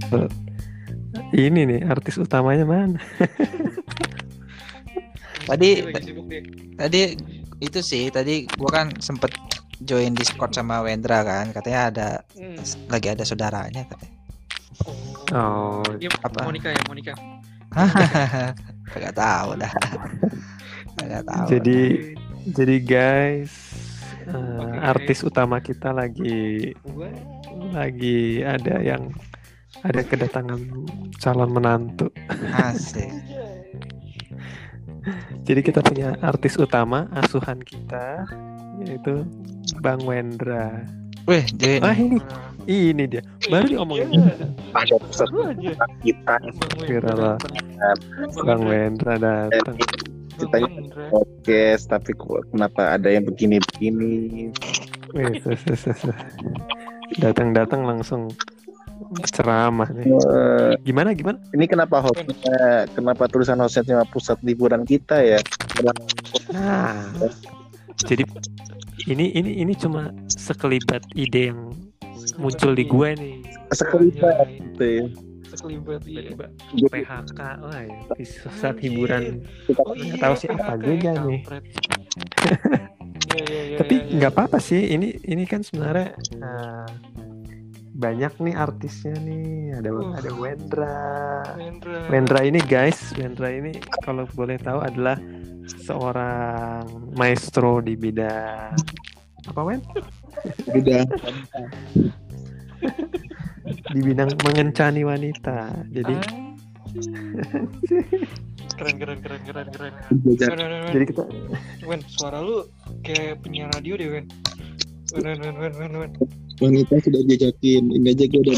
Ini nih artis utamanya mana? Tadi Dia lagi sibuk dia. tadi itu sih, tadi gua kan sempet join Discord sama Wendra kan, katanya ada lagi ada saudaranya katanya. Oh, Dia Apa? Monica ya, Monica. Kagak tahu dah. Kagak tahu. jadi guys, Oke. artis utama kita lagi ada kedatangan calon menantu. Asik. Jadi kita punya artis utama asuhan kita, yaitu Bang Wendra. Wih, join. Ah ini dia. Baru diomongin. Ada pusat Baru aja. kita Kira lah. Bang Wendra datang. ceritanya podcast, tapi kok kenapa ada yang begini-begini? Wih, datang langsung ceramah nih. Gimana? Ini kenapa tulisan hostnya cuma pusat liburan kita ya? Nah, jadi ini cuma sekelibat ide yang muncul di gue nih. Sekelibat gitu ya. Sekelibat iya. Tiba-tiba PHK, wah ya, pusat hiburan. Oh iya, Nggak tahu sih apa PHK, juga nih. kampret. Iya, Tapi iya. nggak apa-apa sih. Ini kan sebenarnya banyak nih artisnya nih. Ada Wendra ini guys. Wendra ini kalau boleh tahu adalah seorang maestro di bidang apa, Wen? Udah. Di bidang mengencani wanita. Jadi keren. jadi kita Wen, suara lu kayak penyiar radio deh, Wen. Wen. Wanita sudah jajakin, ini aja gue udah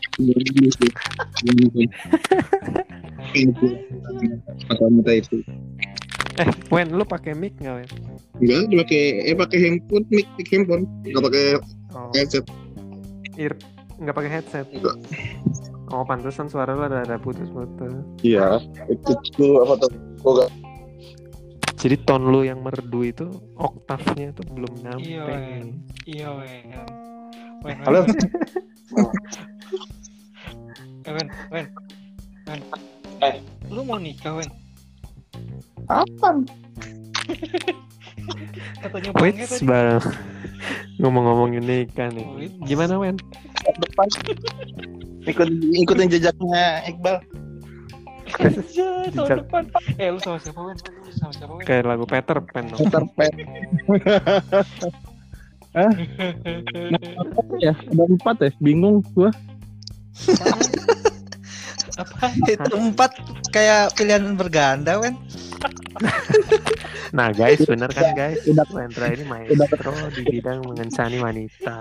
wanita itu. Wen, lu pakai mic nggak, Wen? Enggak, pakai handphone, mic handphone, enggak pakai Oh, headset. nggak pakai headset. Enggak. Oh, pantesan suara lu ada putus-putus. Iya, itu tuh apa tuh? Gua enggak. Jadi ton lu yang merdu itu oktavnya tuh belum nyampe. Iya, Wen. Iya, Wen. Halo. Wen. Lu mau nikah, Wen? Apa? Katanya Wait, bangnya tadi. bang. Ngomong-ngomongin nikah nih. Wait. Gimana, Wen? Depan. Ikutin jejaknya Iqbal. Tahun depan. Lu sama siapa, Wen? Kayak lagu Peter Pan dong. Peter Pan. Ya, ada 4 ya? Bingung gua. Apa? Itu 4 kayak pilihan berganda, Wen. Nah guys, bener kan guys? Udah. Wendra ini maestro di bidang mengencani wanita.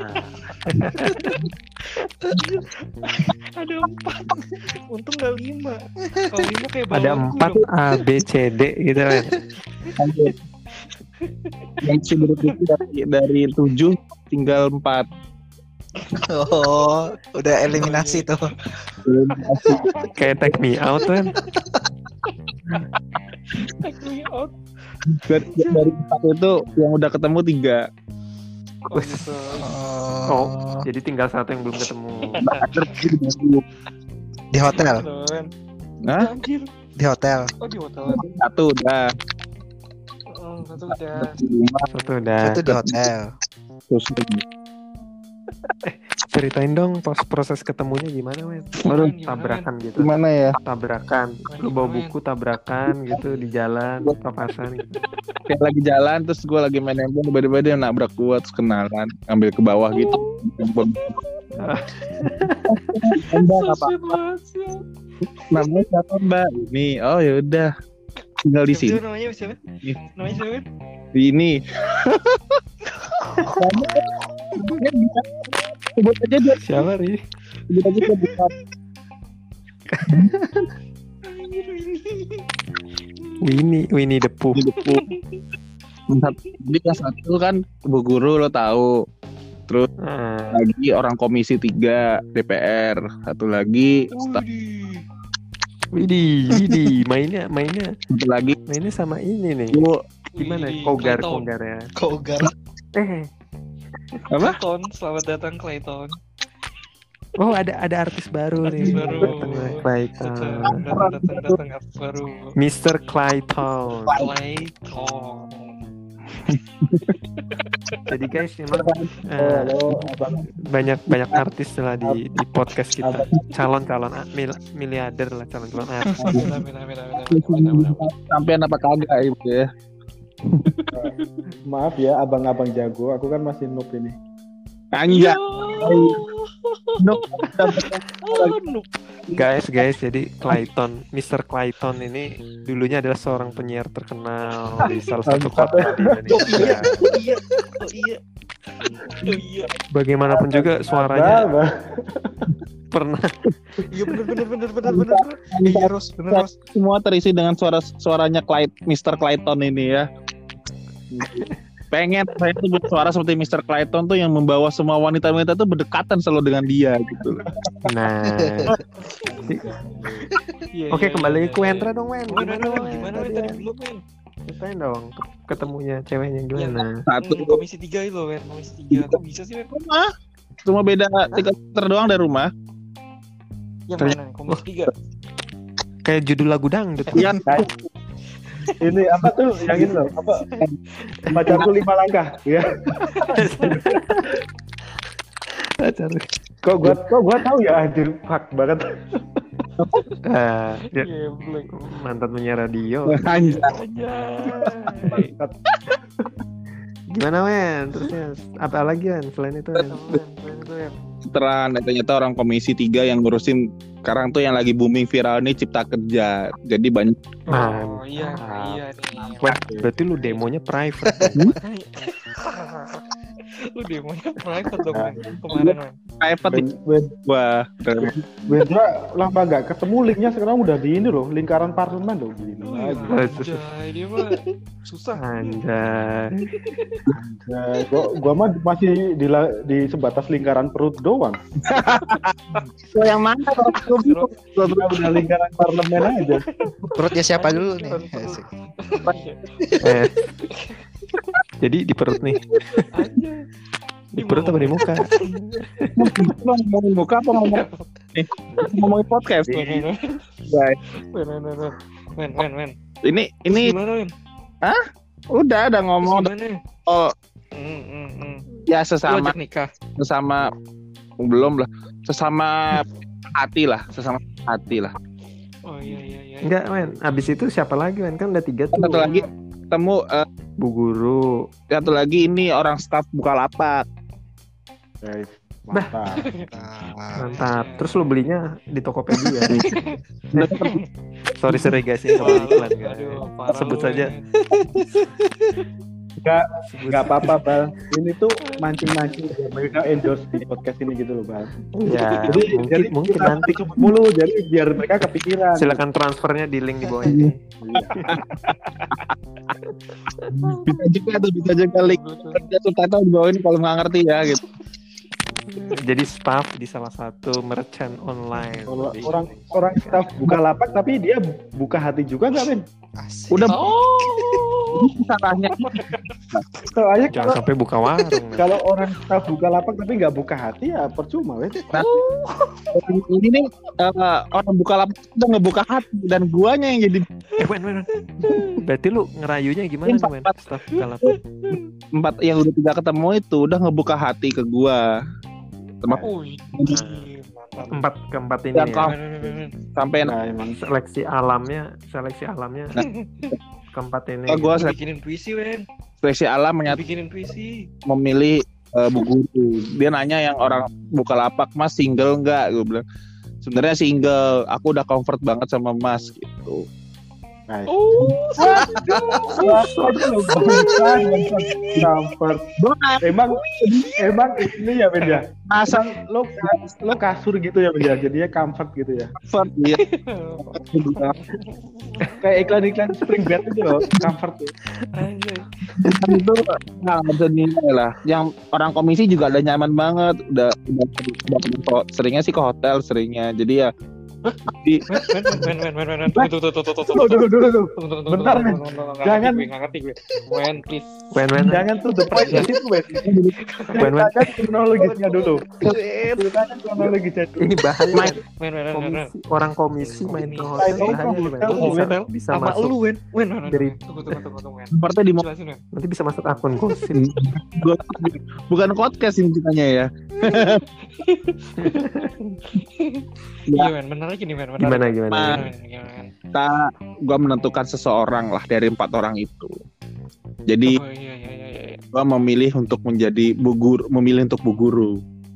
Ada 4. Untung gak 5. Kalau 5 kayak bawah Ada 4 A, B, C, D gitu kan. Yang sudah dari 7 tinggal 4. Oh, udah eliminasi tuh. Kayak take me out kan. Dari 4 itu yang udah ketemu 3. Oh, gitu. Oh, jadi tinggal satu yang belum ketemu. Di hotel. Wen. Hah? Anjir. Di hotel. Oh, di hotel. 1 udah. Satu udah. Satu udah. Itu di hotel. Terus Ceritain dong proses ketemunya gimana, Wen? Waduh, Tabrakan gitu. gimana ya? Tabrakan. Lu bawa buku tabrakan gitu di jalan, papasan gitu. Kayak lagi jalan terus gue lagi main handphone, tiba-tiba dia nabrak gue terus kenalan, ambil ke bawah gitu. Handphone. Mbak, apa? Namanya siapa, Mbak? Ini. Oh ya udah. Tinggal di sini. Namanya siapa? Namanya siapa? Ini. Sebut aja dia. Siapa nih? Sebut aja dia bukan. Winnie the Pooh. Jadi yang satu kan Bu Guru lo tahu. Terus lagi orang komisi 3 DPR. Satu lagi staf. Widih, mainnya Satu lagi sama ini nih. Bu. Gimana? Widih, Kogar Clayton. ya. Kogar. Apa? Clayton, selamat datang Clayton. Oh, ada artis baru Artis nih. baru. Datang Clayton. Datang artis baru. Mr. Clayton. Clayton. Jadi guys, memang Halo, abang. banyak artis lah di podcast kita. Calon miliarder lah, calon artis. Sampean apa kagak itu ya? Maaf ya, abang-abang jago. Aku kan masih noob ini. Anjay. Nuk. Guys, jadi Clayton, Mr. Clayton ini dulunya adalah seorang penyiar terkenal di salah satu kota di Indonesia. Oh iya. Bagaimanapun juga suaranya pernah. Iya bener. Iya Ros, bener Ros. Semua terisi dengan suaranya Mr. Clayton ini ya. Pengen saya tuh bersuara seperti Mr. Clayton tuh yang membawa semua wanita-wanita tuh berdekatan selalu dengan dia gitu. Nah, oke, kembali ke Wendra dong, Wen. Gimana tadi belum, Men? Ceritain dong ketemunya ceweknya gimana? Satu Komisi 3 itu, Men. Komisi 3 kok bisa sih, Men? rumah, cuma beda 3 meter doang dari rumah. Yang mana? Komisi 3. Kayak judul lagu dangdut. Iya, Ini apa tuh? Yang ini loh. Apa? Pacarku 5 langkah. Ya. Kok gua tahu ya, anjir, fuck banget. Ya, mantan penyiar radio. anjay. Gimana, Wen? Terusnya apa lagi, Wen? Selain itu, Wen? Terang ternyata orang Komisi 3 yang ngurusin sekarang tuh yang lagi booming viral nih Cipta Kerja. Jadi banyak. Oh iya nih. Wen, berarti lu demonya private. Lu demonya private dong, Men. Kemarin, Men. private wah. Wendra lama nggak ketemu, linknya sekarang udah di ini loh, lingkaran parlemen loh. Gini. Anjay, dia mah susah. Anjay. Ya, gua mah masih di sebatas lingkaran perut doang. So yang mana? Udah lingkaran parlemen aja. Perutnya siapa dulu nih? Asik. Jadi di perut nih. Anjay. Di perut apa di muka? Ngomongin muka apa ngomongin podcast? Men. Ini Gimana, Men? udah ada ngomong Gimana? oh ya Lu sesama ajak nikah. belum lah, sesama hati lah. Oh iya. Enggak, Wen. Abis itu siapa lagi, Wen? Kan udah 3 tuh. Satu lagi ketemu Bu Guru. satu lagi ini orang staf Bukalapak. Guys, mantap. Mantap. Terus lu belinya di Tokopedia. Sorry guys, ini nggak boleh iklan, guys. Aduh, parah Sebut lu, saja. Men. Nggak apa-apa, Bang. Ini tuh mancing-mancing biar mereka endorse di podcast ini gitu loh, Bang. Ya, Jadi mungkin kita nanti sebut mulu, jadi biar mereka kepikiran. silakan transfernya di link di bawah ini. bisa juga link subtitle di bawah ini kalau nggak ngerti ya gitu. Jadi staff di salah satu merchant online. Kalau Jadi, orang staff Bukalapak tapi dia buka hati juga nggak, Ben? Asik. Udah Oh. salahnya Soalnya jangan sampai buka warung. kalau orang staff Bukalapak tapi nggak buka hati ya percuma, Ben. ini nih orang Bukalapak udah ngebuka hati dan guanya yang jadi Wen. Berarti lu ngerayunya gimana tuh, Wen? Staff Bukalapak. 4 yang udah 3 ketemu itu udah ngebuka hati ke gua. Mantap. Keempat ini Dan ya. kau- sampai Nah, emang Seleksi alamnya keempat ini. gua Bikinin puisi, Men. seleksi alam Bikinin puisi. memilih Bu Guru. Dia nanya yang orang Bukalapak, Mas single nggak? Gue bilang sebenarnya single. Aku udah comfort banget sama Mas gitu. nice. Oh. Comfort. Emang ini ya, Ben ya. Masa Lo kasur gitu ya, Ben ya. Jadinya comfort gitu ya. comfort dia. Kayak iklan-iklan spring bed itu loh, comfort. Anjay. Itu nggak bisa dinilai lah. Yang orang komisi juga ada nyaman banget. Udah seringnya sih ke hotel seringnya. Jadi ya Men. Dulu. Bentar, men. Jangan. Nggak ngerti gue. Wen, please. Wen. Jangan tuh the point di situ, Wen. Wen. Ceritakan kronologisnya dulu. Ceritakan kronologisnya dulu. Ini bahaya. Men. Komisi, orang komisi main ke Main hotel ke bahaya hotel, nih, Wen. Wen. Bisa Sama masuk lu, Wen. Wen. Dari- Tunggu, Wen. Seperti di Jelasin, Wen. nanti bisa masuk akun gosip. bukan podcast ini ceritanya ya. Iya, Wen. Bener lagi nih, Wen. Gimana? Gimana? Kita gua menentukan seseorang lah dari 4 orang itu. Jadi Oh iya. gua memilih untuk menjadi memilih untuk Bu Guru.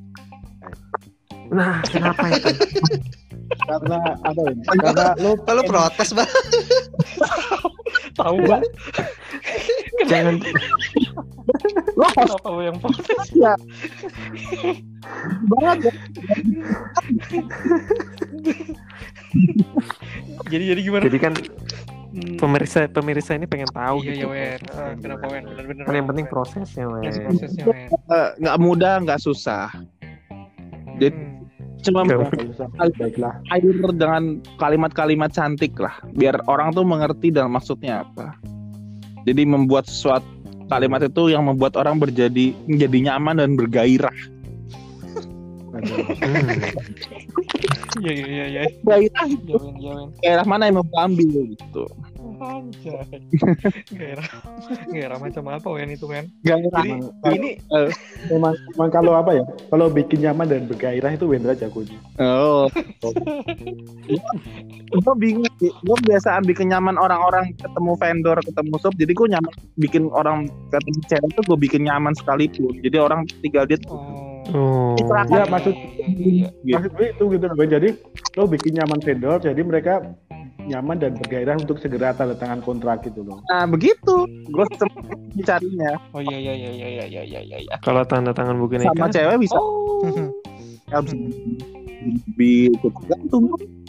Nah, kenapa itu? Karena apa ini? Karena lo Kalau protes, Bang. Tahu, Bang. Jangan Kenapa lu yang protes? Banget ya. Jadi gimana? jadi kan pemirsa ini pengen tahu Iya, gitu. Wen. Kenapa, Wen? Bener-bener. Kan yang penting prosesnya, Wen. prosesnya, Wen. Nggak mudah, nggak susah. Jadi cuma baiklah. air dengan kalimat-kalimat cantik lah, biar orang tuh mengerti dan maksudnya apa. Jadi membuat sesuatu kalimat itu yang membuat orang menjadi nyaman dan bergairah. Iya. Gairah, Iya, Wen. gairah mana yang mau ambil gitu. Anjay. Gairah macam apa, Wen, itu, Wen? Gairah. Jadi ini Memang kalau apa ya? Kalau bikin nyaman dan bergairah itu Wendra jagonya. Oh. Gue bingung sih. Gue biasa bikin nyaman orang-orang ketemu vendor, ketemu shop. Jadi gue nyaman bikin orang ketemu cewek itu gue bikin nyaman sekalipun. Jadi orang tinggal dia Oh. Ya maksud Iya. maksud gue itu gitu loh. Jadi lo bikin nyaman vendor, jadi mereka nyaman dan bergairah untuk segera tanda tangan kontrak gitu loh. Nah begitu. Gue carinya Oh iya. Kalau tanda tangan buku sama nikah, cewek bisa. Oh. Ya, bisa lebih tergantung.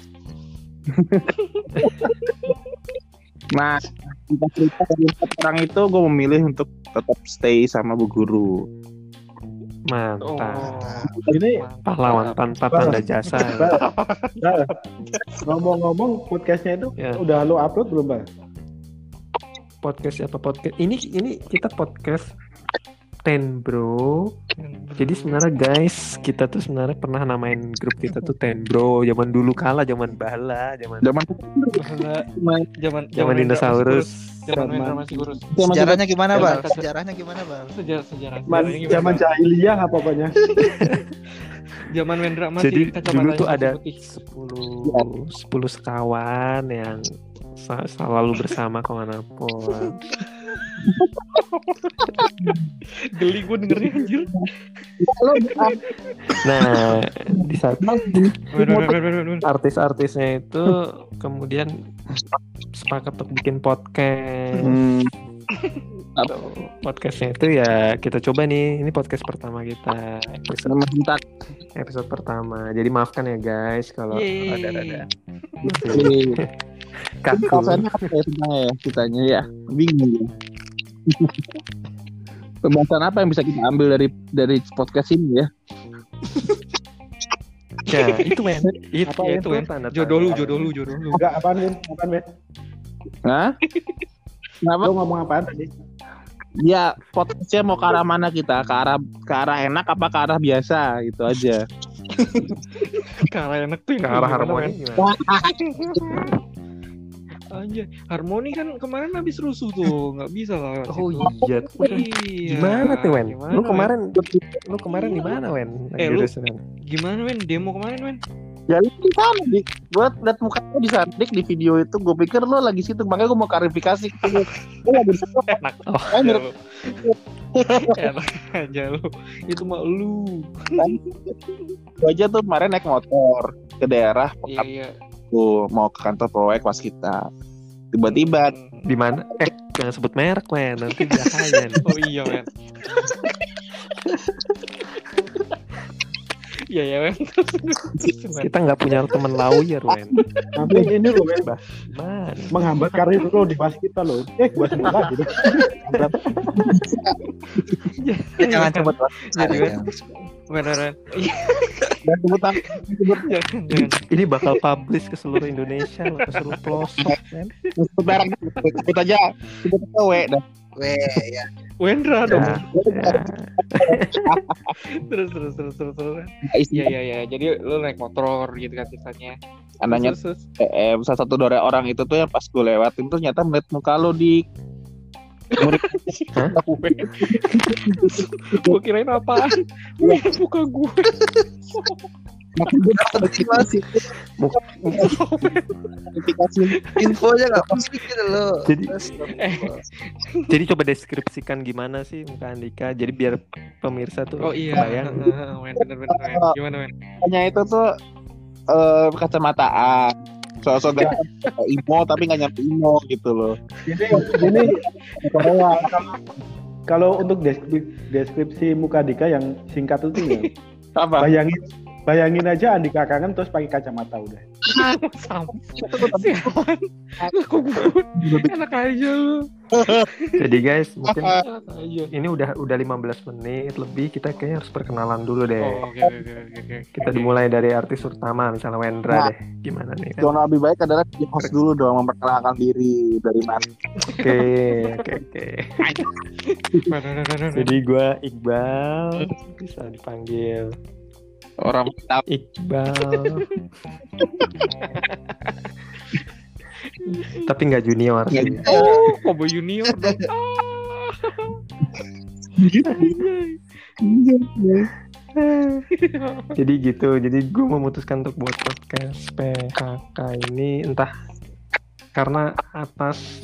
Nah, kita cerita dari 4 orang itu gue memilih untuk tetap stay sama Bu Guru. mantap. Ini Pahlawan tanpa tanda jasa. nah, ngomong-ngomong podcastnya itu Ya. udah lo upload belum, Bang? Podcast apa podcast? Ini kita podcast Ten Bro. Jadi sebenarnya guys, kita tuh sebenarnya pernah namain grup kita tuh Ten Bro. Zaman dulu kala, zaman bala, zaman Zaman dinosaurus. Zaman Wendra masih kurus. Sejarahnya gimana, Bang? Zaman- Sejarahnya gimana, Bang? Sejarah. Zaman jahiliyah apa pokoknya. Zaman Wendra masih Jadi dulu tuh ada putih. 10 sekawan yang selalu bersama kemanapun. Geli gue dengernya, anjir. Nah, di saat Wen. artis-artisnya itu kemudian sepakat untuk bikin podcast. Podcastnya itu ya kita coba nih, ini podcast pertama kita, episode pertama. Jadi maafkan ya guys kalau ada kaku. Alasannya apa ya sebenarnya ya kitanya ya? Bingung ya. Pembahasan apa yang bisa kita ambil dari podcast ini ya? Ya, itu men. Apa Itu itu? men tanda Jodoh lu. Enggak, apaan, Win? Apaan, Win? Hah? Kenapa? Lo ngomong apaan tadi? Ya podcastnya mau ke arah mana kita? Ke arah enak apa ke arah biasa gitu aja. Ke arah enak tuh. ke arah harmoni gimana? Anjir, harmoni kan kemarin habis rusuh tuh, nggak bisa lah. Oh situ. iya. Iya. Gimana tuh Wen? Gimana, Lu kemarin di mana Wen? Lu- Jurusan. Gimana, Wen? Demo kemarin, Wen? Ya lu di sana dik. Gue liat muka lu di sana dik di video itu. Gue pikir lu lagi situ. Makanya gue mau klarifikasi. Lu lagi di sana. Enak. Oh, aja lu. Enak aja lu. Itu mah lu. Gue aja tuh kemarin naik motor ke daerah. Iya. Tuh mau ke kantor proyek pas kita. Tiba-tiba di mana? Jangan sebut merek Wen, nanti bahaya nih. Oh iya, Wen. Iya, Wen. Kita nggak punya teman lawyer Wen. Nanti ini lo, Win, Mana? menghambat karir lo di bahas kita lo. Bahas bola gitu. Jangan coba Jadi, Wen. Beneran. Dan sebutan Jangan. Ini bakal publish ke seluruh Indonesia loh, ke seluruh pelosok kan. sebut merek, sebut aja W dan Weh, ya. Wendra dong. Ya. Terus. istilah Iya. Jadi lu naik motor gitu kan ceritanya. anaknya Terus. salah satu dari orang itu tuh yang pas gue lewatin tuh ternyata melihat muka lo di Gue kirain apaan? Buka gue. notifikasi Infonya nggak pusing gitu loh. Jadi- Terus, Jadi coba deskripsikan gimana sih muka Andika. Jadi biar pemirsa tuh Oh iya. bayang. Bener. Gimana men? hanya itu tuh kacamataan sosok gak imo tapi nggak nyampe imo gitu loh. Jadi Korea. Kalau untuk deskripsi muka Andika yang singkat itu ya, Apa? bayangin aja Andika kangen terus pakai kacamata udah. Sama. Sialan. Kok gue enak aja lu. Jadi guys, mungkin Enak aja. ini udah 15 menit lebih, kita kayaknya harus perkenalan dulu deh. Oh, oke. Kita dimulai dari artis utama misalnya Wendra deh. Gimana nih? Yang lebih baik adalah di host dulu dong memperkenalkan diri dari mana. Oke. Jadi gue Iqbal, bisa dipanggil Orang tahu Iqbal. Tapi nggak junior sih. Oh, Kobo Junior dong. Jadi gitu. Jadi gue memutuskan untuk buat podcast PHK ini entah karena atas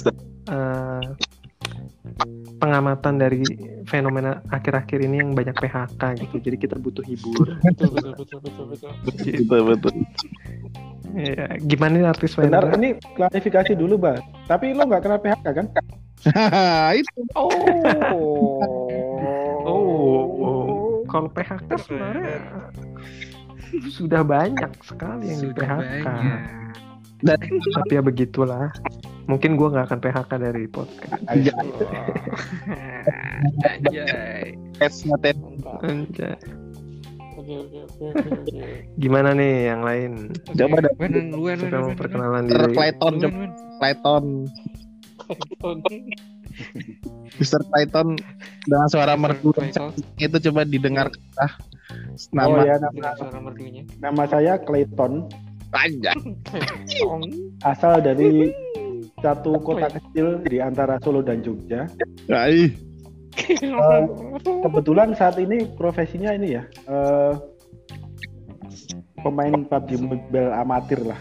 pengamatan dari fenomena akhir-akhir ini yang banyak PHK gitu. Jadi kita butuh hiburan. betul. Ya, gimana nih artis Benar, Wendra? ini klarifikasi dulu, Bang. Tapi lo nggak kena PHK kan? Itu Oh. Kalau PHK sebenarnya sudah banyak sekali yang di PHK. dan Tapi ya begitulah. Mungkin gue nggak akan PHK dari podcast. Anjay. esnya ten Anjay. Oke. Gimana nih yang lain? coba dah Siapa mau perkenalan diri? Clayton Mr. Clayton dengan suara merdu itu coba didengar Oh nama ya, Suara merdunya. nama saya Clayton, panjang. asal dari satu kota kecil di antara Solo dan Jogja. Kebetulan saat ini profesinya ini ya, pemain PUBG Mobile amatir lah.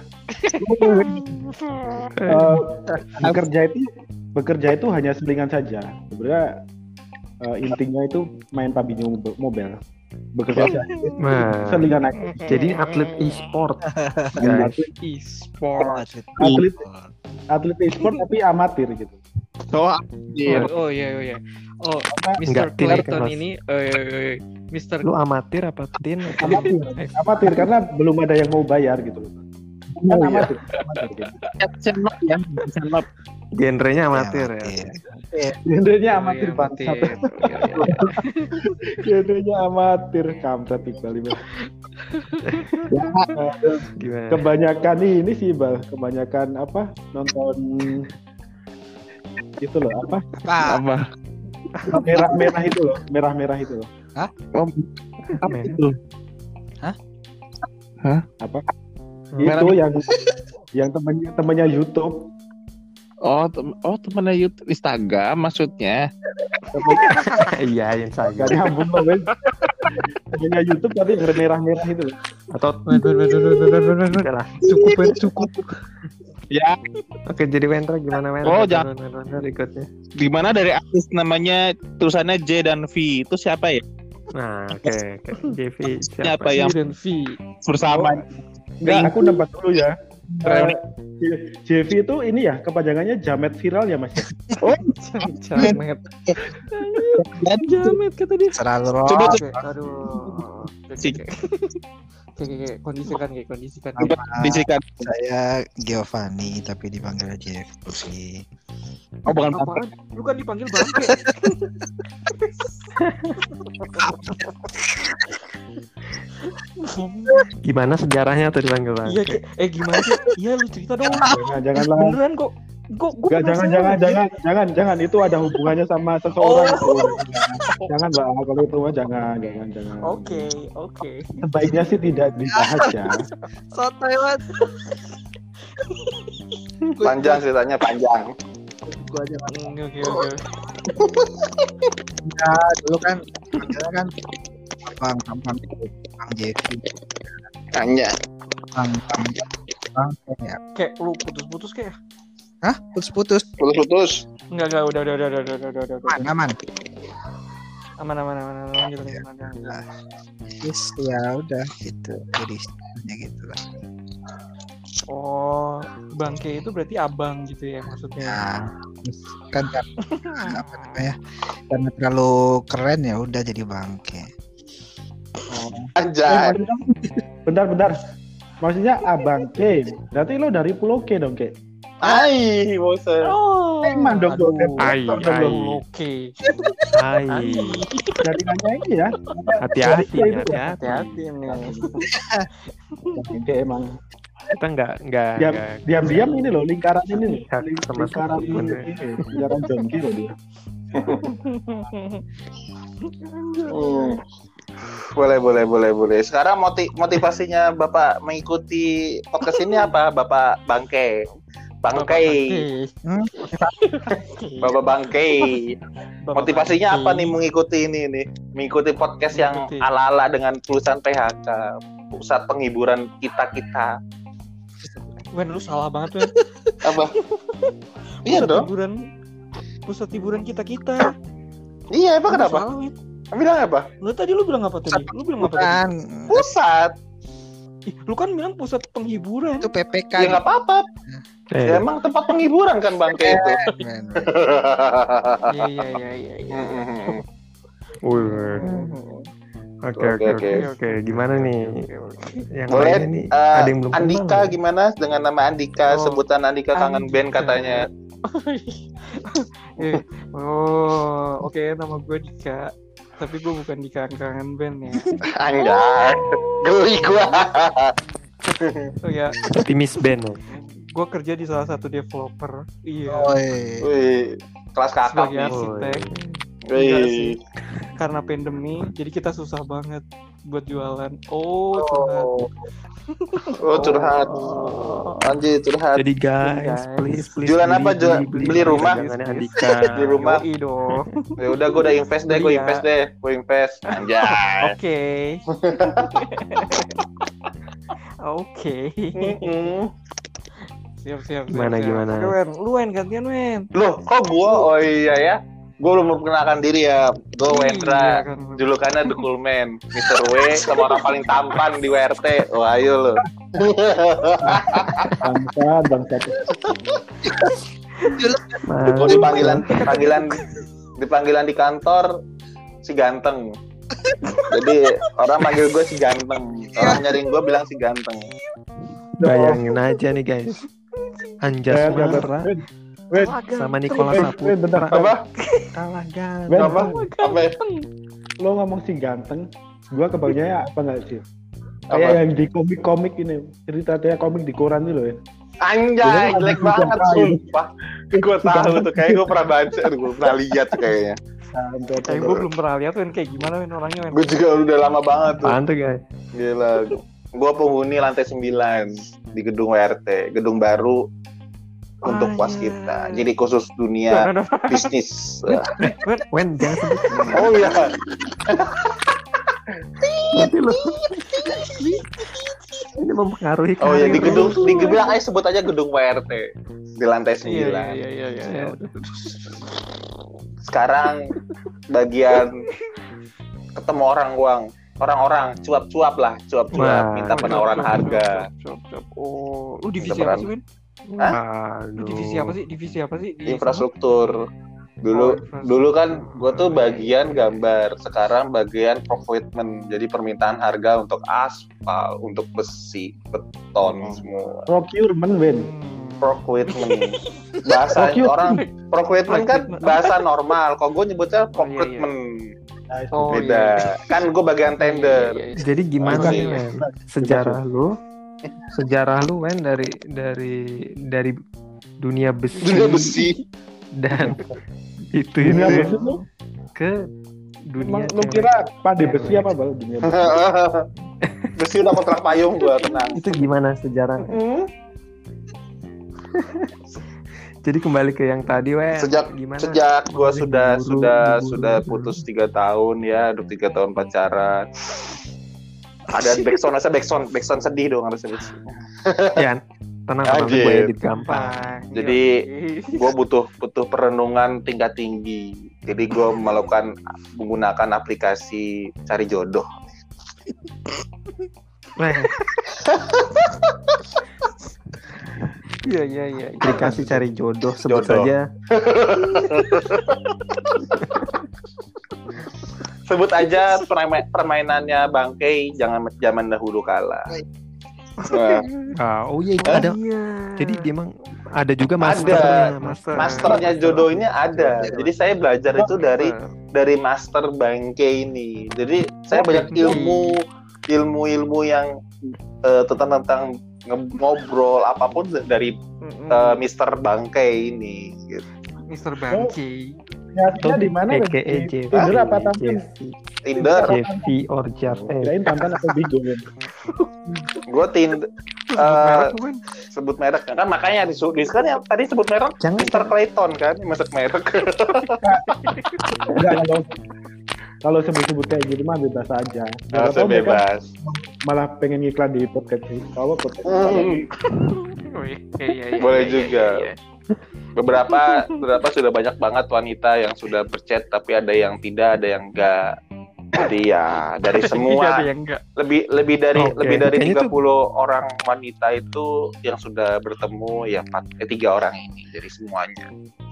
Bekerja itu hanya selingan saja. Sebenarnya intinya itu main PUBG Mobile. Bekerja saja. Nah, Selingan aja. jadi atlet e-sport, guys. E-sport. Atlet e-sport tapi amatir gitu. Iya. Oh iya. Oh, Enggak, Mr. Tin, Clayton Mas. ini Mr. Lu amatir apa tin? Amatir karena belum ada yang mau bayar gitu loh. Kan Oh, iya. amatir gitu. Senop ya, senop. Genrenya amatir ya. Genrenya Oh, amatir iya, bangsat. amatir. Genrenya amatir kampret Iqbal ini. Gimana? Kebanyakan ini sih Bal, kebanyakan apa nonton itu loh apa Apa? Apa? merah-merah itu loh. Oh, apa itu? Itu yang temannya YouTube. Temennya YouTube Instagram maksudnya. Iya, yang Gak saga. nyambung loh Ben. Temannya YouTube tapi merah-merah itu loh. Atau udah lah, cukup. Ya, Oke, jadi Wendra gimana Wendra? Oh, jangan. Wendra berikutnya. gimana dari artis namanya tulisannya J dan V itu siapa ya? Nah, oke. JV Siapa yang Dan V. bersama? Enggak, aku nebak dulu ya. JV itu ini ya kepanjangannya jamet viral ya Mas. Oh, Jamet. Jamet kata dia. Selalu rock. Coba, Aduh. Si- Oke, kondisikan. disikat. Saya Giovanni tapi dipanggil Jeff sih. Oh, bukan Apaan? Lu kan dipanggil bangke. Gimana sejarahnya tuh dipanggil Bang? Iya, gimana sih? Iya, lu cerita dong. Janganlah. Beneran kok. Gua Enggak, jangan itu ada hubungannya sama seseorang. Jangan Mbak, kalau itu mah jangan. Oke. Sebaiknya sih tidak dibahas ya. Sotoy banget. Panjang ceritanya panjang. Gua aja Oke. ya dulu kan panggilnya kan Bang Jeffy. Hanya. Bang ya. Kayak lu putus-putus kayak. Hah? Putus. Putus. Enggak, udah. Aman. Aman. Lanjut. Terus ya udah gitu. Jadi istilahnya gitu lah. Oh, bangke itu berarti abang gitu ya maksudnya. Nah, terus kan apa namanya? Karena terlalu keren ya udah jadi bangke. Anjay. Bentar. Maksudnya Abang K. Berarti lo dari Pulau K dong, K. Ai, bosan. Oh, Emang dong, aduh. Ai. Oke. Hai, Dari nanya ini ya. hati-hati. Hati-hati nih. K emang Kita nggak diam-diam ini loh lingkaran ini nih. sama Lingkaran suku, ini, bener. lingkaran Jongki loh dia. Boleh. Sekarang motivasinya Bapak mengikuti podcast ini apa, Bapak Bangke? Bapak Bangke. Motivasinya apa nih mengikuti ini nih? Mengikuti podcast yang Mengikuti. ala-ala dengan tulisan PHK, pusat penghiburan kita. Wen, lu salah banget, Wen. Apa? Iya dong. Pusat hiburan kita. Iya, emang kenapa? Salah, Wen. Bilang apa? Lu bilang apa tadi? Bukan. Pusat. Ih, lu kan bilang pusat penghiburan. Itu PPK. Ya nggak apa-apa. Ya, emang tempat penghiburan kan Bangke itu. Iya. Oke. Gimana nih? Yang Boleh, lainnya nih ada yang belum Andika kenal. gimana dengan nama Andika? Oh, Sebutan Andika kangen Andika. band katanya. Oke, nama gue Dika. Tapi gue bukan di kangen band ya. Anjay. Geli gua. Oh ya, Optimis band. gue kerja di salah satu developer. Iya. Wih, kelas kakap Sebagai nih. arsitek. Enggak Wih. sih. Karena pandemi, jadi kita susah banget buat jualan. Curhat. Oh, curhat. Anjir, curhat. Jadi guys, Guys. please Jualan apa, beli rumah? dagangannya Andika. Di rumah. Yoi dong. Ya udah, gue udah invest deh, gue Beli ya. invest. Anjay. Oke. Oke. Siap. Gimana? Oke, Wen. Lu Wen, gantian Wen. Loh, kok gua? Oh iya ya. Gue belum memperkenalkan diri ya. Gue Wendra. Iya, kan. Julukannya The Cool Man. Mr. W sama orang paling tampan di WRT. Wah, ayo lo. Bangsa. Gue dipanggilan di kantor si ganteng. Jadi orang manggil gue si ganteng. Orang nyariin gue bilang si ganteng. Bayangin aja nih guys. Anjas marah Wait, sama Nicola Wait, bentar. Apa? kalah gan. Wait, Apa? Apa? lo ngomong si ganteng, gua kebagiannya apa nggak sih? Apa? Kayak yang di komik ini, cerita komik di koran itu loh ya. Anjay, jelek banget sumpah. Gue tahu tuh, kayak gue pernah baca, gue pernah lihat kayaknya. Kayak gue belum pernah lihat Wen kayak gimana Wen orangnya Wen. Gue juga udah lama banget tuh. Apaan tuh guys? Gila. Gue penghuni lantai 9 di gedung WRT, gedung baru untuk Ah, pos iya. kita. Jadi khusus dunia bisnis. Wen jangan sebut. Oh iya. Nanti lo. Ini mempengaruhi. Oh ya, di karir gedung lo. bilang aja sebut aja gedung WRT di lantai 9. Iya. Sekarang bagian ketemu orang Wang. orang-orang cuap-cuap Wah. minta penawaran harga. Oh, lu divisi Minta apa sih, Win? Lu Aduh. divisi apa sih? Divisi apa sih? Di Infrastruktur. Dulu kan gue tuh bagian gambar, sekarang bagian procurement. Jadi permintaan harga untuk aspal, untuk besi, beton semua. Procurement, Ben. Procurement. Bahasa orang procurement kan bahasa normal. Kalau gue nyebutnya procurement. Oh, Beda. Kan gue bagian tender. Iya. Jadi gimana Iya. nih, Wen? Sejarah lu, Wen, dari dunia besi, Dunia besi. dan itu Dunia besi tuh, ke dunia lu cewek. kira pade besi apa, Bal? Dunia besi. Besi udah kontrak payung gue, tenang. Itu gimana sejarahnya? Jadi kembali ke yang tadi, Wen. Gimana? Sejak gue Guru. sudah putus 3 tahun ya, udah 3 tahun pacaran. Ada backsound sedih dong harusnya. Ya, tenang Anjir. gue edit gampang. Jadi gue butuh perenungan tingkat tinggi. Jadi gue menggunakan aplikasi cari jodoh. Wen, Iya. aplikasi cari jodoh sebut Jodoh. saja. Sebut aja permainannya Bangkei zaman dahulu kala. Nah, Oh iya, itu ada. Jadi dia emang ada juga masternya. masternya jodoh ini ada. Jadi saya belajar itu dari master Bangkei ini. Jadi saya banyak ilmu yang tentang ngobrol apapun dari Mr. Bangkei ini. Gitu. Mr. Bangkei. Nyatanya di mana, Ben? PKE Di Tinder apa Tantan? Tinder, Jeffy or Jaf. Kirain Tantan atau Bigo, Ben. gue Tinder Merek, Win. sebut merek kan makanya di kan yang tadi sebut merek Jangan. Mr. Clayton kan masuk merek. Enggak, kalau sebut-sebut kayak gitu mah bebas aja. Nggak Saya tahu mereka bebas. malah pengen ngiklan di podcast ini. Kalau podcast Oh, iya. Boleh juga. Beberapa sudah banyak banget wanita yang sudah berchat tapi ada yang tidak, ada yang enggak. Jadi ya dari Iya, ada semua yang enggak. lebih dari Kayaknya 30 orang wanita itu yang sudah bertemu ya 3 orang ini dari semuanya.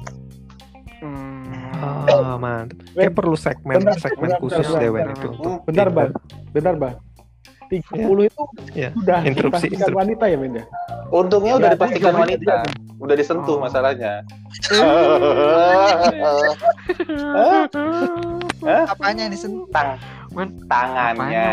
Oh, mantap. Kayak perlu segmen khusus bentar, deh, Wen, bentar. itu untuk Bentar, Tinder. Bang. 30 itu Ya. sudah Interupsi. dipastikan wanita ya, Ben ya? Untungnya udah Ya, dipastikan iya, wanita, udah disentuh Oh. masalahnya. Apanya yang disentuh? Tangannya.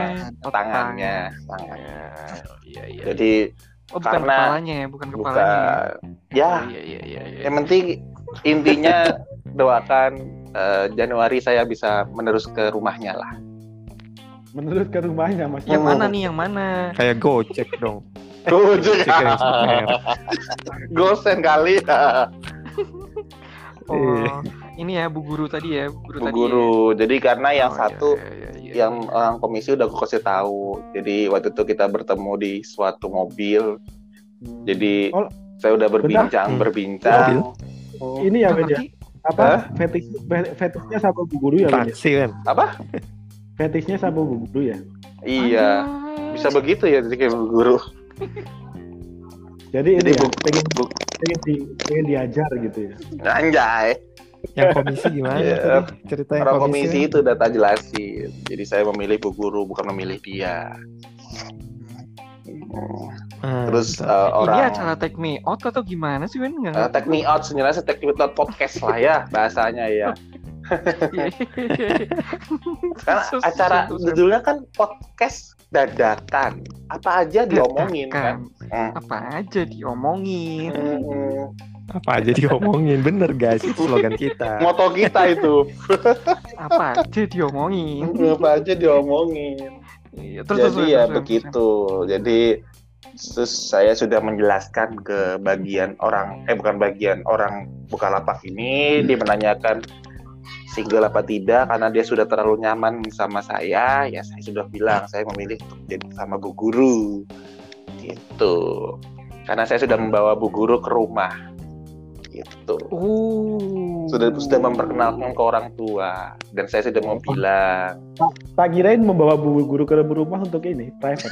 Iya. Jadi Oh, bukan karena- kepalanya ya, bukan kepalanya. ya Iya. yang penting intinya doakan Januari saya bisa menerus ke rumahnya lah. Menurut ke rumahnya, Mas. Yang mana nih? Yang mana? Kayak Gojek dong. Gojek. Gojek yang super. Gosen kali. Oh, ini ya Bu Guru tadi ya, Bu Guru Bu tadi. Guru. Jadi karena yang Oh, satu iya. yang orang komisi udah aku kasih tahu. Jadi waktu itu kita bertemu di suatu mobil. Jadi Oh, saya udah berbincang. Oh, ini ya, Ben ya? Apa? Fetishnya sama Bu Guru ya, Ben ya? Taksi kan. Apa? Fetishnya sama Bu Guru ya? Iya. Bisa begitu ya jadi kayak Bu Guru. Jadi ini ya, Bu- pengen diajar gitu ya. Anjay. Yang komisi gimana Iya. tadi? Cerita yang Orang komisi. komisi itu udah tak jelasin. Jadi saya memilih Bu Guru bukan memilih dia. Terus Mantap. Ini orang acara Take Me Out atau gimana sih, Wen? Enggak. take me out sebenarnya take me out podcast lah ya bahasanya ya. Kan acara judulnya kan podcast dadakan. Apa aja diomongin kan. Apa aja diomongin. Apa aja diomongin, bener guys, itu slogan kita. Moto kita itu. Apa aja diomongin. Apa aja diomongin. Iya, Jadi ya begitu. Jadi terus saya sudah menjelaskan ke bukan bagian orang Bukalapak ini, dia menanyakan single apa tidak karena dia sudah terlalu nyaman sama saya. Ya saya sudah bilang saya memilih untuk jadi sama Bu Guru gitu. Karena saya sudah membawa Bu Guru ke rumah. gitu. Oh. Sudah memperkenalkan ke orang tua dan saya sudah mau bilang. Tak kirain membawa guru ke rumah untuk ini private.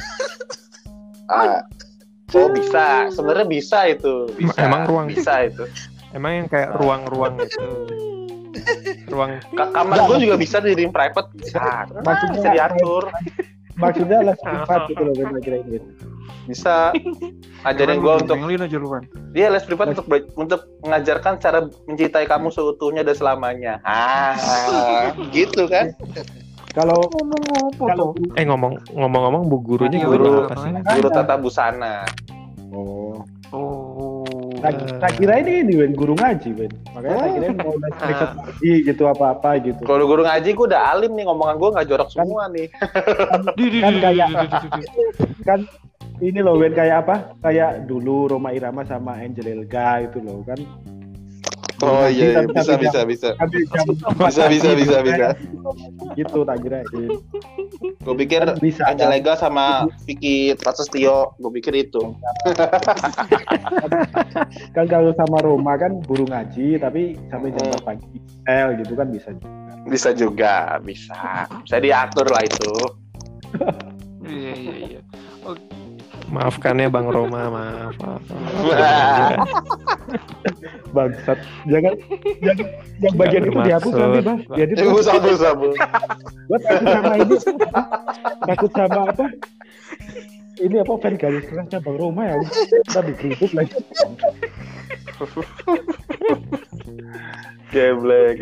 Oh bisa, sebenarnya bisa itu. Bisa. Emang ruang bisa itu. Emang yang kayak ruang-ruang itu. Ruang Kamar gue juga bisa dijadiin private. Bisa. Maksudnya Bisa diatur. Maksudnya les privat gitu loh Ben, kira-kira gitu. Bisa. Ajarin gue untuk aja lu kan. dia les privat untuk mengajarkan cara mencintai kamu seutuhnya dan selamanya. Gitu kan? Kalau ngomong-ngomong bu gurunya Guru apa sih? guru tata busana. Oh. Oh. Tak kira ini Ben, guru ngaji Ben. Makanya tak kira mau les privat lagi gitu apa-apa gitu. Kalau guru ngaji gue udah alim nih, ngomongan gue nggak jorok semua nih. Kan kayak kan ini loh Ben, kayak apa? Kayak dulu Roma Irama sama Angel Elga itu loh kan. Oh iya, bisa. Bisa. Gitu tak kira. Gue pikir Bisa, Angel Lega sama Vicky Prasetyo, gue pikir itu. Kan kalau sama Roma kan guru ngaji tapi sampai jam pagi gitu kan bisa. Bisa juga, bisa. Saya diatur lah itu. Iya. Maafkan ya Bang Roma, maaf. Bangsat. Jangan yang bagian itu dihapus nanti, Bang. Jadi Sabu. Gua takut sama apa? Ini apa fan garis kerasnya Bang Roma ya? Kita digeruduk lagi. Geblek.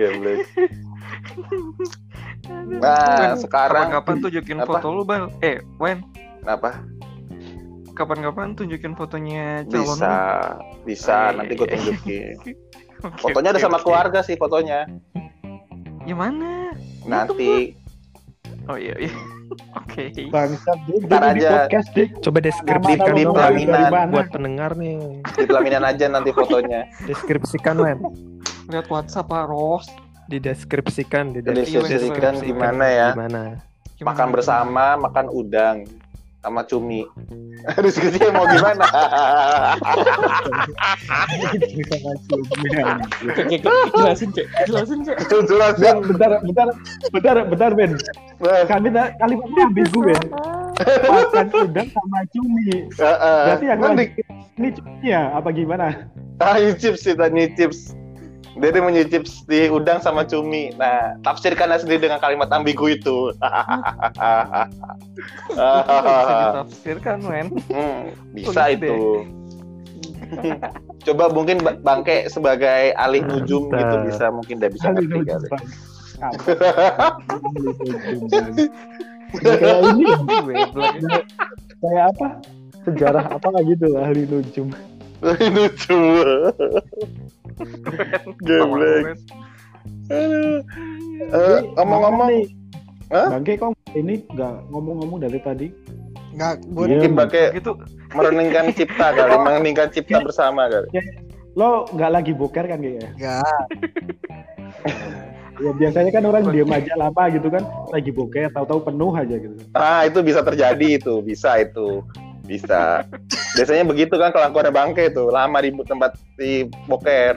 Nah, sekarang kapan tunjukin apa? foto lu, Bal? Wen. Apa? Kapan-kapan tunjukin fotonya calon lu. Bisa. Nanti gue tunjukin. Oke, Fotonya ada sama keluarga sih fotonya. Yang mana? Nanti. Oh iya. Oke. Bangsat Ntar di aja. podcast deh. Coba deskripsikan Di pelaminan. buat pendengar nih. Di pelaminan aja nanti fotonya. Deskripsikan Wen. Lihat WhatsApp Pak Ros. Dideskripsikan Gimana ya? Gimana? Makan bersama, makan udang sama cumi. Diskusinya mau gimana? Jelasin, Cek. Bentar, Ben. Kalimatnya ambigu, Ben. Makan udang sama cumi. Berarti yang ini cuminya apa gimana? Chips. Dia menyicips di udang sama cumi. Nah, tafsirkanlah sendiri dengan kalimat ambigu itu. Bisa ditafsirkan, men. Bisa itu. Coba mungkin Bangke sebagai ahli nujum gitu bisa mungkin dia bisa ngerti kali. Kayak ini kayak apa? Sejarah apa gitu ahli nujum. Nujum. Geblek. Ngomong-ngomong nih. Bangke kok ini nggak ngomong-ngomong dari tadi? Nggak, mungkin pakai gitu. merenungkan cipta kali, merenungkan cipta bersama kali. Lo nggak lagi boker kan kayaknya? nggak. Ya biasanya kan orang diem aja lama gitu kan, lagi boker, tahu-tahu penuh aja gitu. Itu bisa terjadi itu, bisa. Biasanya begitu kan kelakuannya Bangke itu, lama di tempat di boker.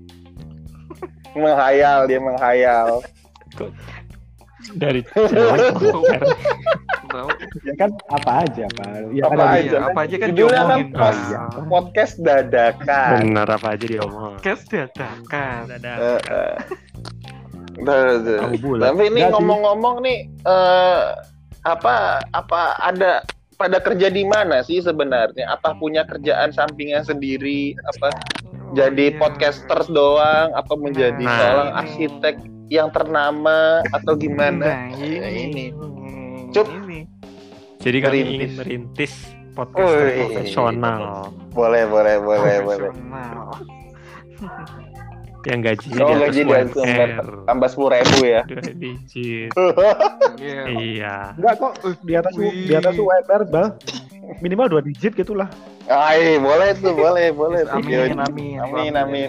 Dia menghayal. Dari boker. Ya kan apa aja, Pak. Ya apa aja kan judulnya kan diomongin. podcast dadakan. Benar apa aja diomong. Podcast dadakan. Tapi ini ngomong-ngomong nih, apa ada pada kerja di mana sih sebenarnya? Apa punya kerjaan sampingan sendiri? Apa jadi podcasters doang? Apa menjadi seorang arsitek yang ternama atau gimana? Ini. Cup. Jadi kami ingin merintis podcast profesional. Boleh. Yang gajinya gaji tambah 10.000 ya. 2 digit. Iya. Enggak kok di atas UMR, Bal. Minimal 2 digit gitulah. Boleh tuh, boleh. Amin.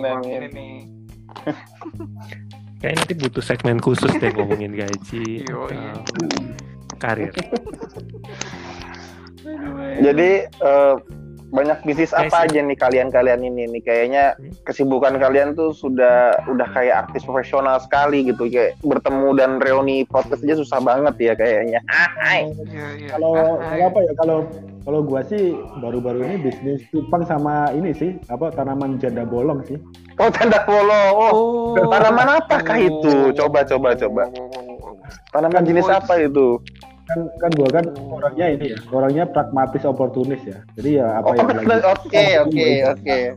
Kayak nanti butuh segmen khusus deh ngomongin gaji. Karir. Jadi banyak bisnis Guys, apa aja nih kalian ini nih? Kayaknya kesibukan kalian tuh udah kayak artis profesional sekali gitu. Kayak bertemu dan reuni podcast aja susah banget ya kayaknya. Kalau apa ya? Kalau gua sih baru-baru ini bisnis cupang sama ini sih, tanaman janda bolong sih. Oh, janda bolong. Oh. Tanaman apakah itu? Coba. Tanaman jenis apa itu? Kan gua kan orangnya pragmatis oportunis ya. Jadi ya apa yang Oke.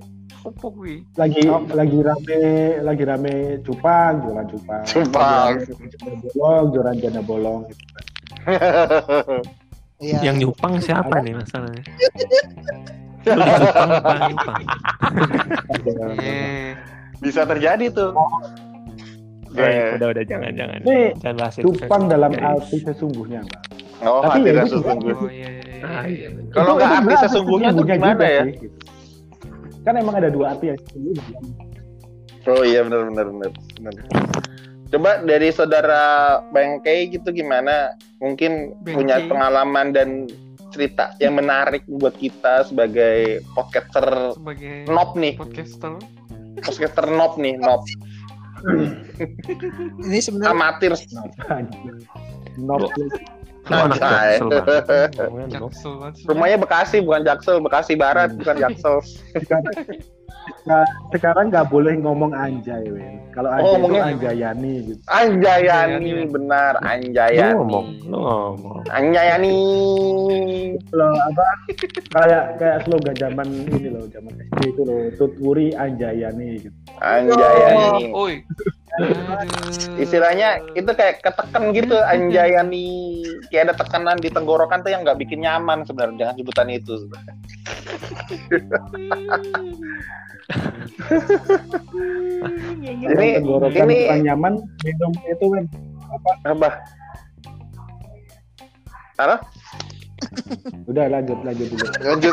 Lagi rame cupang, jualan cupang. Jualan janda bolong gitu. Yang nyupang siapa nih masalahnya? Lu nyupang apa nyupang? Bisa terjadi tuh. Udah jangan. Ini Jangan bahas itu. cupang dalam arti sesungguhnya, Pak. Oh, Tapi arti ya, sesungguhnya. Iya. Kalau nggak arti sesungguhnya tuh gimana juga ya? sih, gitu. Kan emang ada dua arti yang sesungguhnya. Oh iya benar. Coba dari saudara Bengkei gitu gimana? Mungkin punya pengalaman dan cerita yang menarik buat kita sebagai podcaster noob nih. Podcaster noob nih. Ini sebenarnya Amatir. Rumahnya Bekasi bukan Jaksel, Bekasi Barat bukan Jaksel. Sekarang nggak boleh ngomong anjay, Wen. Kalau anjay itu Anjayani gitu. Anjayani benar, Anjayani. Ngomong. Anjayani. Loh kayak slogan zaman ini loh, zaman SD itu loh, Tutwuri Anjayani gitu. Anjayani. Oi. Istilahnya itu kayak ketekan gitu, Anjayani. Kayak ada tekanan di tenggorokan tuh yang nggak bikin nyaman sebenarnya dengan sebutan itu. ini nyaman minum itu kan apa? Udah lanjut dulu. Lanjut.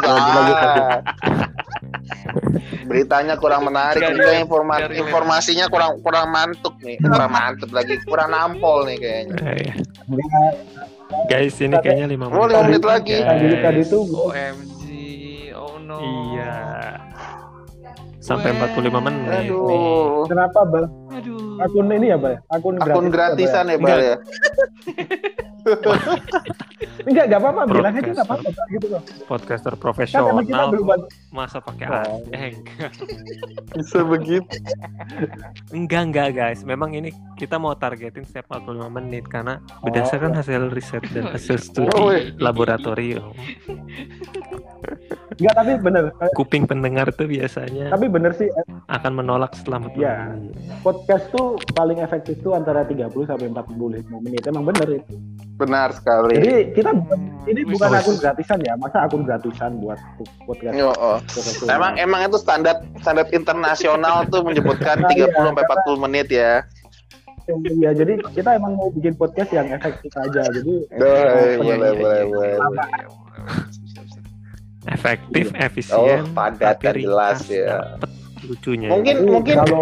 Beritanya kurang menarik, informasinya kurang mantap nih, kurang nampol nih kayaknya. Guys, ini kayaknya 5 menit. 5 menit lagi. Tadi itu OMG, oh no. Iya. Sampai 45 menit. Aduh. Kenapa, Bang? Aduh. Akun ini ya, Bang? Akun gratisan ya, Bang ya. Enggak apa-apa, bilang aja enggak apa-apa gitu loh. Podcaster Kan profesional. emang kita belum Masa pakai enggak. Bisa begitu. Enggak guys. Memang ini kita mau targetin setiap 45 menit karena berdasarkan hasil riset dan hasil studi laboratorium. Enggak, tapi bener. Kuping pendengar tuh biasanya Tapi bener sih, akan menolak setelah 45 ya, menit. podcast tuh paling efektif tuh antara 30 sampai 45 menit. Emang bener itu. Benar sekali. Jadi kita ini bukan akun gratisan ya. Masa akun gratisan buat podcast? Emang itu standar internasional tuh menyebutkan 30 sampai 40 menit ya. Iya, jadi kita emang mau bikin podcast yang efektif aja. Jadi boleh. Efektif, efisien, padat dan jelas ya. Lucunya. Mungkin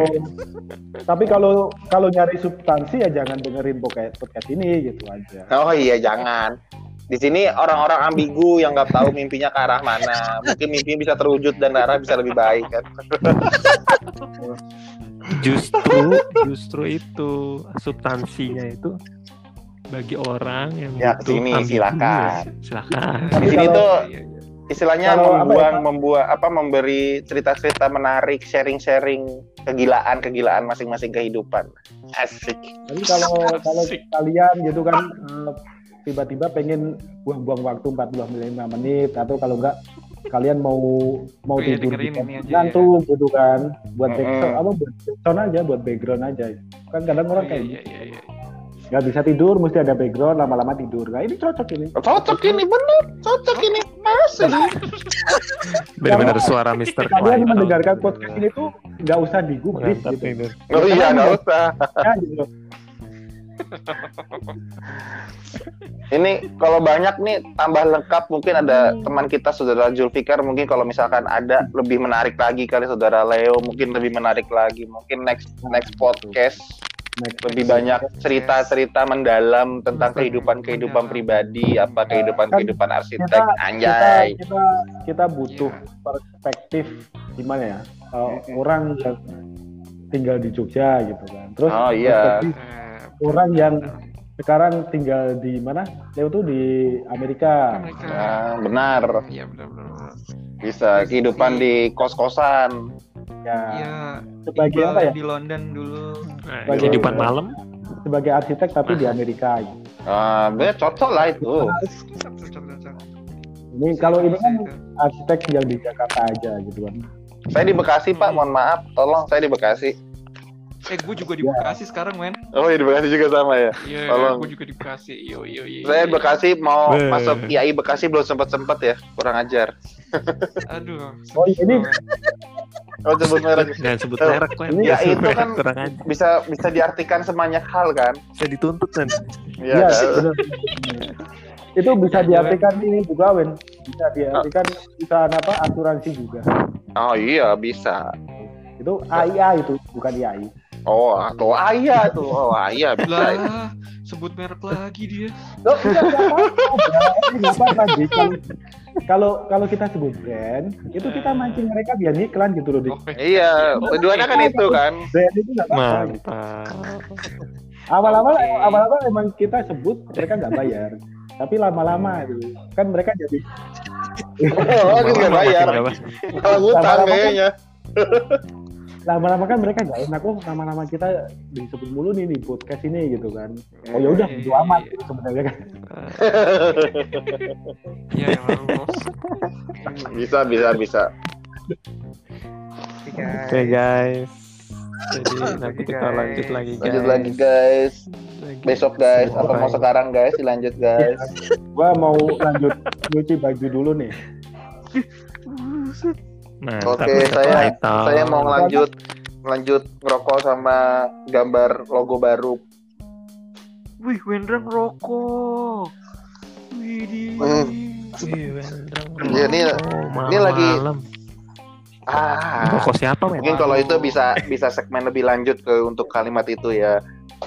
kalau nyari substansi ya jangan dengerin podcast ini gitu aja. Oh iya, jangan. Di sini orang-orang ambigu yang nggak tahu mimpinya ke arah mana. Mungkin mimpinya bisa terwujud dan arah bisa lebih baik kan. Justru itu substansinya itu bagi orang yang ya kesini silakan. Di sini tuh istilahnya memberi cerita-cerita menarik, sharing kegilaan masing-masing kehidupan. Asik. Jadi kalau kalian gitu kan tiba-tiba pengen buang-buang waktu 45 menit atau kalau enggak kalian mau tidur ngantuk gitu kan, buat background aja, buat background aja. Kan kadang orang kayak nggak bisa tidur, mesti ada background, lama-lama tidur. Nah ini cocok ini masih. Benar-benar suara Mr. Kalian mendengarkan podcast ini tuh nggak usah digubris gitu. Oh iya, nggak usah. Ya, gitu. Ini kalau banyak nih tambah lengkap, mungkin ada teman kita saudara Zulfikar, mungkin kalau misalkan ada lebih menarik lagi kali saudara Leo, mungkin lebih menarik lagi, mungkin next podcast lebih banyak cerita-cerita mendalam tentang kehidupan pribadi, kehidupan arsitek. Anjay. Kita butuh perspektif gimana ya, orang yang tinggal di Jogja gitu kan. Terus perspektif orang yang sekarang tinggal di mana? Leo tuh di Amerika. Nah, benar. Iya benar. Bisa kehidupan di kos-kosan. Ya. Sebagai apa ya? Di London dulu. Kehidupan malam. Sebagai arsitek tapi di Amerika. Gitu. Cocok lah itu. Ini kalau ini kan arsitek tinggal di Jakarta aja gitu kan. Saya di Bekasi Pak, mohon maaf, tolong saya di Bekasi. Gue juga di Bekasi sekarang, men. Oh, di Bekasi juga sama ya? Iya, gue juga di Bekasi. Yo. Saya di Bekasi mau masuk IAI Bekasi belum sempat ya, kurang ajar. Aduh. Oh, ini sebut merek. Jangan sebut merek, men. Ya itu kan kurang ajar. bisa diartikan sebanyak hal kan? Bisa dituntut, kan? Iya, benar. Itu bisa diartikan ini juga, Wen. Bisa diartikan bisa asuransi juga. Oh iya, bisa. Itu AIA itu, bukan IAI. Oh, atau Ayah tuh. Oh, Ayah bisa. Lah, sebut merek lagi dia. Loh, enggak apa-apa. Kalau kita sebut brand, itu kita mancing mereka biar iklan gitu loh, Dik. Iya, tujuannya kan itu kan. Brand itu enggak apa-apa. Mantap. Awal-awal emang kita sebut mereka enggak bayar. Tapi lama-lama itu kan mereka jadi nggak bayar. Kalau ngutang kayaknya. Lama-lama kan mereka nggak enak, nama-nama kita disebut mulu nih di podcast ini gitu kan. Oh ya udah, bodo amat gitu sebenarnya kan. Iya, bos. Bisa. Oke, guys. Jadi nanti kita lanjut lagi, guys. Besok, guys. Apa mau sekarang, guys? Dilanjut, guys. Gua mau lanjut nyuci baju dulu nih. Oke, saya mau lanjut ngerokok sama gambar logo baru. Wih, Wendra ngerokok. Wih, Wendra ngerokok. Ya, ini lagi rokok siapa, men? Mungkin kalau itu bisa segmen lebih lanjut untuk kalimat itu ya.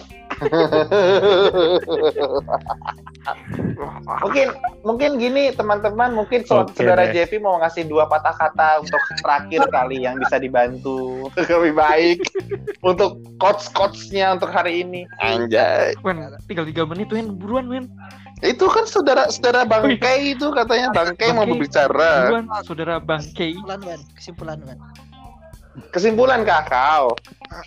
mungkin gini teman-teman, mungkin saudara JP mau ngasih 2 patah kata untuk terakhir kali yang bisa dibantu lebih baik untuk coach-coachnya untuk hari ini. Anjay. Wen, tinggal 3 menit, Wen. Buruan, Wen. Itu kan saudara Bangkai itu katanya Bangkai mau berbicara. Buruan, saudara Bangkai. Kesimpulan kakao.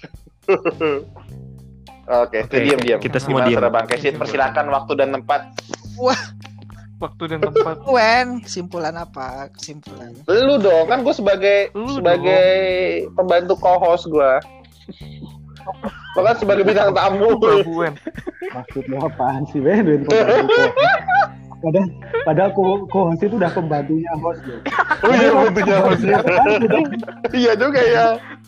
Oke, diam. Kita semua diam. Saudara Bangkai, persilakan waktu dan tempat. Wah, waktu dan tempat. Wen, kesimpulan apa? Kesimpulan. Lu dong, kan gue sebagai pembantu co-host gue. Bahkan sebagai bintang tamu. Wen. Maksudnya apaan sih, Wen? Padahal co-host itu udah pembantunya host loh. Oh iya, pembantunya host. Iya juga ya.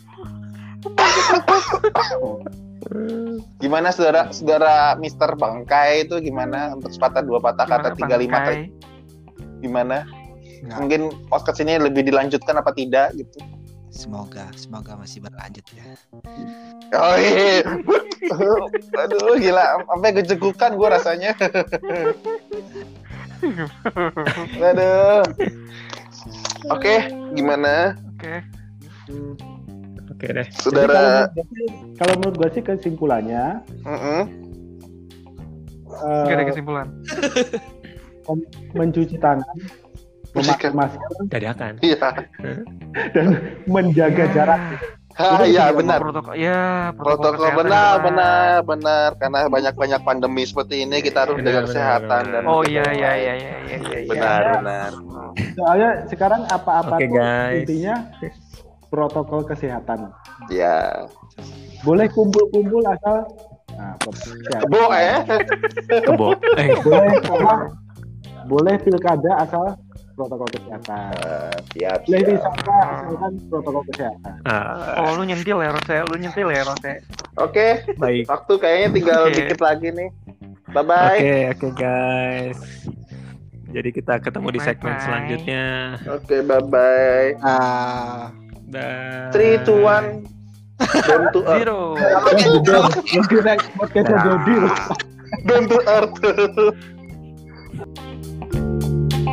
Gimana saudara Mr. Bangkai itu gimana untuk 2 patah kata 3-5 kali? Gimana? Mungkin podcast ini lebih dilanjutkan apa tidak gitu? Semoga masih berlanjut ya. Oh iya. Aduh gila, sampai kejegukan gue rasanya. Aduh. Oke, gimana? Oke deh. Saudara. Kalau menurut gue sih kesimpulannya. Gak ada kesimpulan. Mencuci tangan, memakai masker, dadakan. Iya. Dan menjaga jarak. Iya benar. Protokol benar. Karena banyak pandemi seperti ini kita harus jaga kesehatan dan. Oh iya. Benar. Soalnya sekarang apa-apa tuh guys. intinya protokol kesehatan. Ya. Boleh kumpul-kumpul asal Kebo. Boleh pilkada asal protokol kesehatan. Siap. Boleh wisata asalkan protokol kesehatan. Oh, lu nyentil ya, Rose. Oke. Baik. Waktu kayaknya tinggal dikit lagi nih. Bye-bye. Oke guys. Jadi kita ketemu di segmen selanjutnya. Oke, bye-bye. 3, 2, 1. Down to earth. Zero. Podcastnya Dodi. Down to earth.